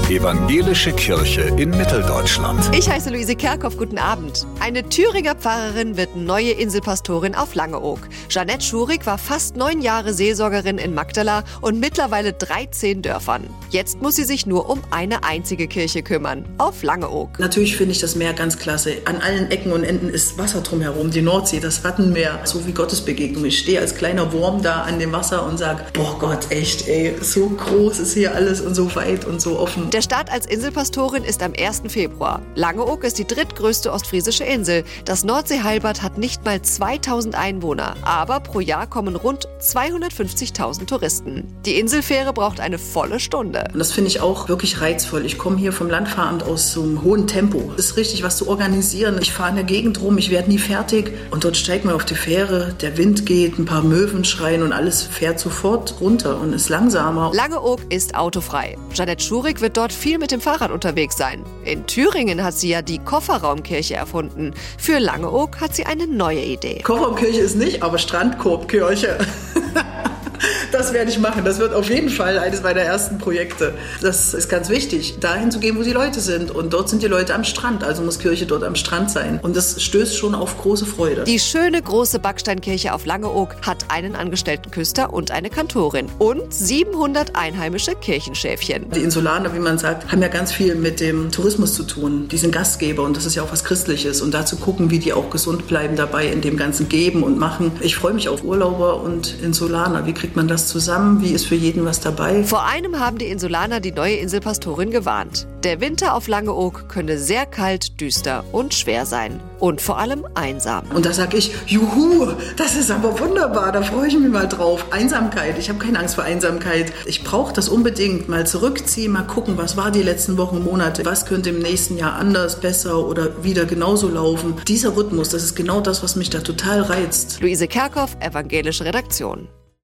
Evangelische Kirche in Mitteldeutschland. Ich heiße Luise Kerkhoff, guten Abend. Eine Thüringer Pfarrerin wird neue Inselpastorin auf Langeoog. Jeanette Schurig war fast 9 Jahre Seelsorgerin in Magdala und mittlerweile 13 Dörfern. Jetzt muss sie sich nur um eine einzige Kirche kümmern, auf Langeoog. Natürlich finde ich das Meer ganz klasse. An allen Ecken und Enden ist Wasser drumherum, die Nordsee, das Wattenmeer, so wie Gottesbegegnung. Ich stehe als kleiner Wurm da an dem Wasser und sage, boah Gott, echt, ey, so groß ist hier alles und so weit und so offen. Der Start als Inselpastorin ist am 1. Februar. Langeoog ist die drittgrößte ostfriesische Insel. Das Nordseehalbad hat nicht mal 2000 Einwohner, aber pro Jahr kommen rund 250.000 Touristen. Die Inselfähre braucht eine volle Stunde. Und das finde ich auch wirklich reizvoll. Ich komme hier vom Landfahramt aus so einem hohen Tempo. Es ist richtig, was zu organisieren. Ich fahre in der Gegend rum, ich werde nie fertig. Und dort steigt man auf die Fähre, der Wind geht, ein paar Möwen schreien und alles fährt sofort runter und ist langsamer. Langeoog ist autofrei. Jeanette Schurig wird dort viel mit dem Fahrrad unterwegs sein. In Thüringen hat sie ja die Kofferraumkirche erfunden. Für Langeoog hat sie eine neue Idee. Kofferraumkirche ist nicht, aber Strandkorbkirche. Das werde ich machen. Das wird auf jeden Fall eines meiner ersten Projekte. Das ist ganz wichtig, dahin zu gehen, wo die Leute sind. Und dort sind die Leute am Strand, also muss Kirche dort am Strand sein. Und das stößt schon auf große Freude. Die schöne große Backsteinkirche auf Langeoog hat einen angestellten Küster und eine Kantorin und 700 einheimische Kirchenschäfchen. Die Insulaner, wie man sagt, haben ja ganz viel mit dem Tourismus zu tun. Die sind Gastgeber und das ist ja auch was Christliches. Und da zu gucken, wie die auch gesund bleiben dabei in dem ganzen Geben und Machen. Ich freue mich auf Urlauber und Insulaner. Wie kriegt man das zusammen? Wie ist für jeden was dabei? Vor einem haben die Insulaner die neue Inselpastorin gewarnt. Der Winter auf Langeoog könne sehr kalt, düster und schwer sein. Und vor allem einsam. Und da sage ich, juhu, das ist aber wunderbar, da freue ich mich mal drauf. Einsamkeit, ich habe keine Angst vor Einsamkeit. Ich brauche das unbedingt. Mal zurückziehen, mal gucken, was war die letzten Wochen, Monate. Was könnte im nächsten Jahr anders, besser oder wieder genauso laufen. Dieser Rhythmus, das ist genau das, was mich da total reizt. Luise Kerkhoff, Evangelische Redaktion.